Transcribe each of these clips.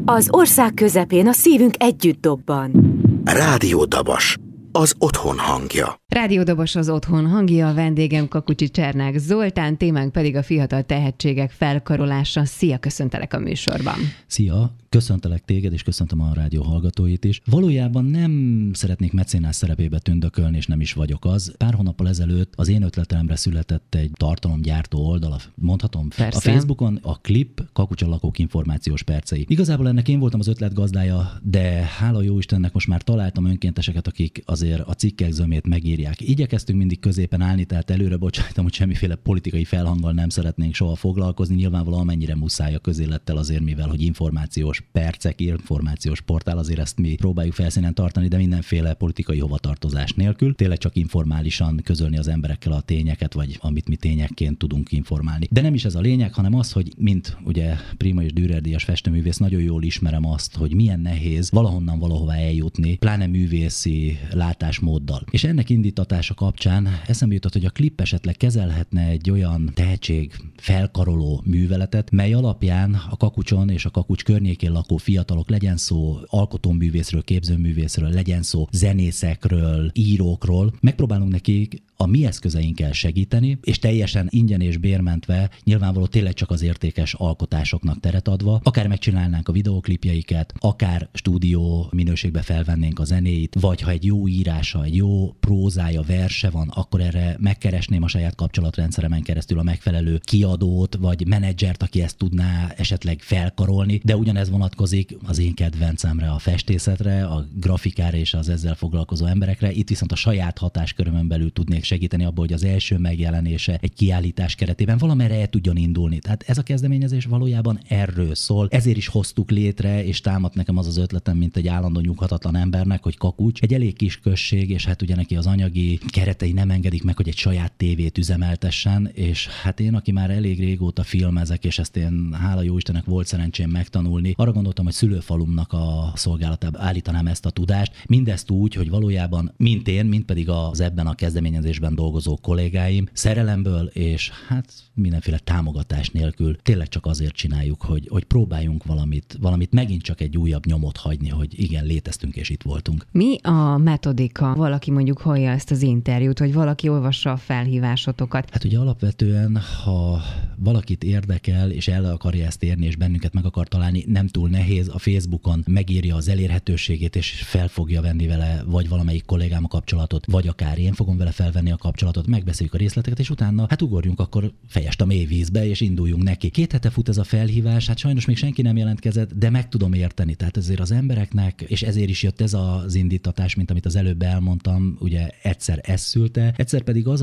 Az ország közepén a szívünk együtt dobban. Rádió Dabas, az otthon hangja. Rádió Dabas, az otthon hangja, a vendégem Kakucsi Csernák Zoltán, témánk pedig a fiatal tehetségek felkarolása. Szia, köszöntelek a műsorban. Szia, köszöntelek téged, és köszöntöm a rádió hallgatóit is. Valójában nem szeretnék mecénás szerepébe tündökölni, és nem is vagyok az. Pár hónappal ezelőtt az én ötletemre született egy tartalomgyártó oldal, mondhatom? Persze. A Facebookon a Klip Kakucsa lakók információs percei. Igazából ennek én voltam az ötletgazdája, de hála jó Istennek most már találtam önkénteseket, akik azért a cikkek zömét megírják. Igyekeztünk mindig középen állni, tehát előre bocsájtom, hogy semmiféle politikai felhanggal nem szeretnénk soha foglalkozni. Nyilvánvalóan amennyire muszáj a közélettel azért, mivel hogy információs percek, információs portál, azért ezt mi próbáljuk felszínen tartani, de mindenféle politikai hovatartozás nélkül. Tényleg csak informálisan közölni az emberekkel a tényeket, vagy amit mi tényekként tudunk informálni. De nem is ez a lényeg, hanem az, hogy mint ugye Prima és Dürer díjas festőművész, nagyon jól ismerem azt, hogy milyen nehéz valahonnan valahová eljutni, pláne művészi látásmóddal. És ennek indítatása kapcsán eszembe jutott, hogy a Klip esetleg kezelhetne egy olyan tehetség felkaroló műveletet, mely alapján a Kakucson és a Kakucs környékén lakó fiatalok, legyen szó alkotóművészről, képzőművészről, legyen szó zenészekről, írókról, megpróbálunk nekik a mi eszközeinkkel segíteni, és teljesen ingyen és bérmentve, nyilvánvaló tényleg csak az értékes alkotásoknak teret adva, akár megcsinálnánk a videóklipjeiket, akár stúdió minőségbe felvennénk a zenéit, vagy ha egy jó írása, egy jó prózája, verse van, akkor erre megkeresném a saját kapcsolatrendszeremen keresztül a megfelelő kiadót, vagy menedzsert, aki ezt tudná esetleg felkarolni, de ugyanez vonatkozik az én kedvencemre, a festészetre, a grafikára és az ezzel foglalkozó emberekre. Itt viszont a saját hatáskörömön belül tudnék segíteni abból, hogy az első megjelenése egy kiállítás keretében valamerre el tudjon indulni. Tehát ez a kezdeményezés valójában erről szól. Ezért is hoztuk létre, és támadt nekem az ötletem, mint egy állandó nyughatatlan embernek, hogy Kakucs egy elég kis község, és hát ugye neki az anyagi keretei nem engedik meg, hogy egy saját tévét üzemeltessen, és hát én, aki már elég régóta filmezek, és ezt én hála jó Istennek volt szerencsém megtanulni, arra gondoltam, hogy szülőfalumnak a szolgálatába állítanám ezt a tudást, mindezt úgy, hogy valójában mint én, mint pedig az ebben a kezdeményezésben dolgozó kollégáim szerelemből és hát mindenféle támogatás nélkül tényleg csak azért csináljuk, hogy próbáljunk valamit megint csak egy újabb nyomot hagyni, hogy igen, léteztünk és itt voltunk. Mi a metodika? Valaki mondjuk hallja ezt az interjút, vagy valaki olvassa a felhívásotokat? Hát ugye alapvetően, ha valakit érdekel, és el akarja ezt érni, és bennünket meg akar találni, nem túl nehéz, a Facebookon megírja az elérhetőségét, és fel fogja venni vele, vagy valamelyik kollégám a kapcsolatot, vagy akár én fogom vele felvenni a kapcsolatot, megbeszéljük a részleteket, és utána hát ugorjunk akkor fejest a mélyvízbe, és induljunk neki. 2 hete fut ez a felhívás, hát sajnos még senki nem jelentkezett, de meg tudom érteni. Tehát ezért az embereknek, és ezért is jött ez az indítatás, mint amit az előbb elmondtam, ugye egyszer ez szülte, egyszer pedig az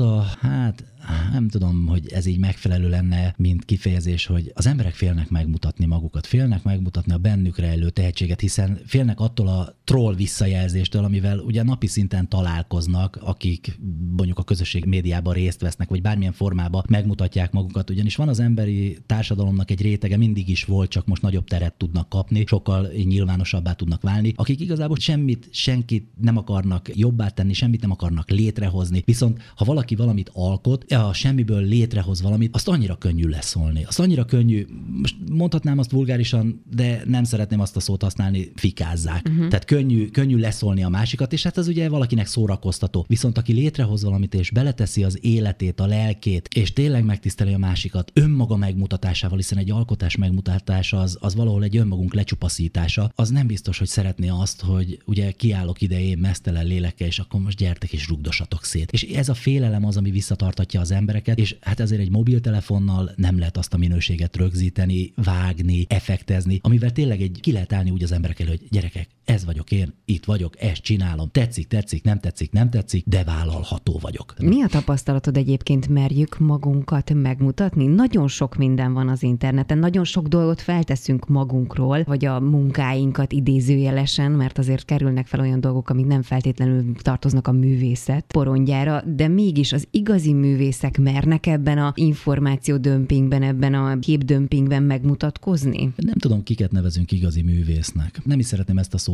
nem tudom, hogy ez így megfelelő lenne, mint kifejezés, hogy az emberek félnek megmutatni magukat, félnek megmutatni a bennük rejlő tehetséget, hiszen félnek attól a troll visszajelzéstől, amivel ugye napi szinten találkoznak, akik mondjuk a közösség médiában részt vesznek, vagy bármilyen formában megmutatják magukat, ugyanis van az emberi társadalomnak egy rétege, mindig is volt, csak most nagyobb teret tudnak kapni, sokkal nyilvánosabbá tudnak válni, akik igazából senkit nem akarnak jobbá tenni, semmit nem akarnak létrehozni, viszont ha valaki valamit alkot, a semmiből létrehoz valamit, azt annyira könnyű leszólni. Azt annyira könnyű, most mondhatnám azt vulgárisan, de nem szeretném azt a szót használni, fikázzák. Tehát könnyű leszólni a másikat, és hát az ugye valakinek szórakoztató. Viszont aki létrehoz valamit, és beleteszi az életét, a lelkét, és tényleg megtiszteli a másikat önmaga megmutatásával, hiszen egy alkotás megmutatása az valahol egy önmagunk lecsupaszítása, az nem biztos, hogy szeretné azt, hogy ugye kiállok idején meztelen lélekkel, és akkor most gyertek és rugdossatok szét. És ez a félelem az, ami visszatartatja az embereket, és hát ezért egy mobiltelefonnal nem lehet azt a minőséget rögzíteni, vágni, effektezni, amivel tényleg ki lehet állni úgy az emberek elő, hogy gyerekek, ez vagyok én, itt vagyok, ezt csinálom, tetszik, nem tetszik, de vállalható vagyok. Mi a tapasztalatod egyébként, merjük magunkat megmutatni? Nagyon sok minden van az interneten, nagyon sok dolgot felteszünk magunkról, vagy a munkáinkat idézőjelesen, mert azért kerülnek fel olyan dolgok, amik nem feltétlenül tartoznak a művészet porondjára, de mégis az igazi művészek mernek ebben a információdömpingben, ebben a képdömpingben megmutatkozni? Nem tudom, kiket nevezünk igazi művésznek. Nem is szeretném ezt a szót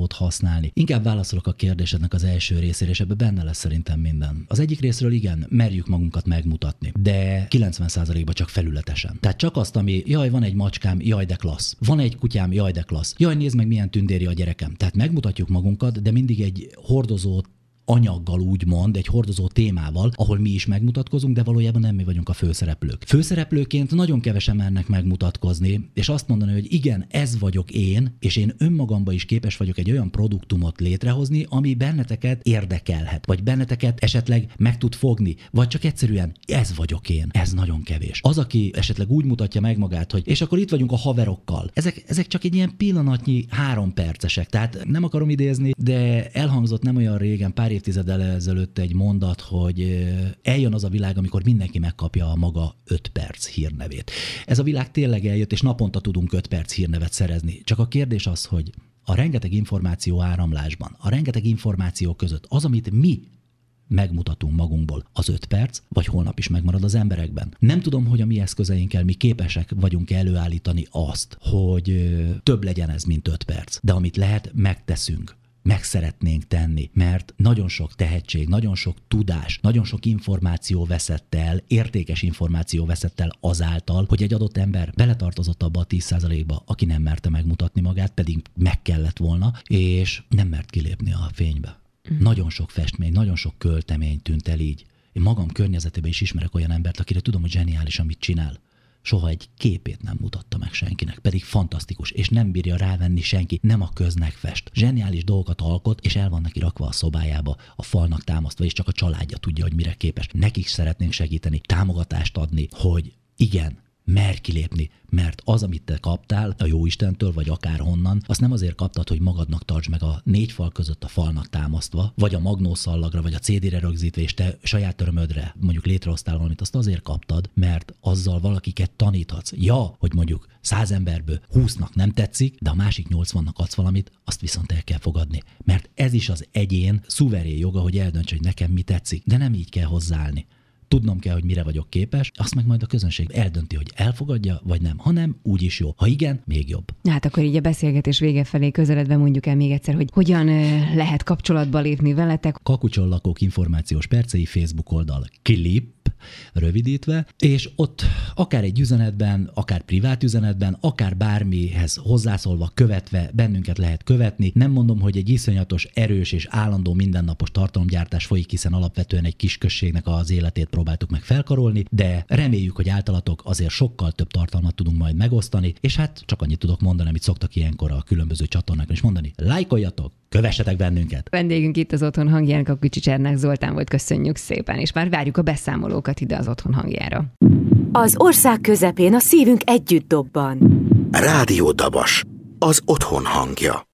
szót használni. Inkább válaszolok a kérdésednek az első részére, és ebben benne lesz szerintem minden. Az egyik részről igen, merjük magunkat megmutatni, de 90%-ban csak felületesen. Tehát csak azt, ami jaj, van egy macskám, jaj, de klassz. Van egy kutyám, jaj, de klassz. Jaj, nézd meg, milyen tündéri a gyerekem. Tehát megmutatjuk magunkat, de mindig egy hordozó anyaggal úgymond, egy hordozó témával, ahol mi is megmutatkozunk, de valójában nem mi vagyunk a főszereplők. Főszereplőként nagyon kevesen mernek megmutatkozni, és azt mondani, hogy igen, ez vagyok én, és én önmagamban is képes vagyok egy olyan produktumot létrehozni, ami benneteket érdekelhet, vagy benneteket esetleg meg tud fogni, vagy csak egyszerűen ez vagyok én. Ez nagyon kevés. Az, aki esetleg úgy mutatja meg magát, hogy és akkor itt vagyunk a haverokkal. Ezek csak egy ilyen pillanatnyi 3 percesek. Tehát nem akarom idézni, de elhangzott nem olyan régen, pár évtizeddel ezelőtt egy mondat, hogy eljön az a világ, amikor mindenki megkapja a maga 5 perc hírnevét. Ez a világ tényleg eljött, és naponta tudunk 5 perc hírnevet szerezni. Csak a kérdés az, hogy a rengeteg információ áramlásban, a rengeteg információ között az, amit mi megmutatunk magunkból, az 5 perc, vagy holnap is megmarad az emberekben. Nem tudom, hogy a mi eszközeinkkel mi képesek vagyunk előállítani azt, hogy több legyen ez, mint 5 perc. De amit lehet, megteszünk. Meg szeretnénk tenni, mert nagyon sok tehetség, nagyon sok tudás, nagyon sok információ veszett el, értékes információ veszett el azáltal, hogy egy adott ember beletartozott abba a 10%-ba, aki nem merte megmutatni magát, pedig meg kellett volna, és nem mert kilépni a fénybe. Nagyon sok festmény, nagyon sok költemény tűnt el így. Én magam környezetében is ismerek olyan embert, akire tudom, hogy zseniális, amit csinál. Soha egy képét nem mutatta meg senkinek, pedig fantasztikus, és nem bírja rávenni senki, nem a köznek fest. Zseniális dolgokat alkot, és el van neki rakva a szobájába, a falnak támasztva, és csak a családja tudja, hogy mire képes. Nekik szeretnénk segíteni, támogatást adni, hogy igen, merj kilépni, mert az, amit te kaptál a Jóistentől, vagy akár honnan, azt nem azért kaptad, hogy magadnak tartsd meg a 4 fal között a falnak támasztva, vagy a magnószallagra, vagy a CD-re rögzítve, és te saját örömödre mondjuk létrehoztál valamit, azt azért kaptad, mert azzal valakiket taníthatsz. Ja, hogy mondjuk 100 emberből 20-nak nem tetszik, de a másik 80-nak adsz valamit, azt viszont el kell fogadni. Mert ez is az egyén szuverén joga, hogy eldöntse, hogy nekem mi tetszik, de nem így kell hozzáállni. Tudnom kell, hogy mire vagyok képes, azt meg majd a közönség eldönti, hogy elfogadja, vagy nem. Ha nem, úgyis jó. Ha igen, még jobb. Hát akkor így a beszélgetés vége felé közeledve mondjuk el még egyszer, hogy hogyan lehet kapcsolatba lépni veletek. Kakucson lakók információs percei Facebook oldal Klip, rövidítve, és ott akár egy üzenetben, akár privát üzenetben, akár bármihez hozzászólva, követve bennünket lehet követni. Nem mondom, hogy egy iszonyatos, erős és állandó mindennapos tartalomgyártás folyik, hiszen alapvetően egy kis községnek az életét próbáltuk meg felkarolni, de reméljük, hogy általatok azért sokkal több tartalmat tudunk majd megosztani, és hát csak annyit tudok mondani, amit szoktak ilyenkor a különböző csatornákon is mondani. Lájkoljatok, kövessetek bennünket! Vendégünk itt az Otthon hangján, Kakucsi Csernák Zoltán volt, köszönjük szépen, és már várjuk a beszámolókat ide az Otthon hangjára. Az ország közepén a szívünk együtt dobban. Rádió Dabas, az otthon hangja.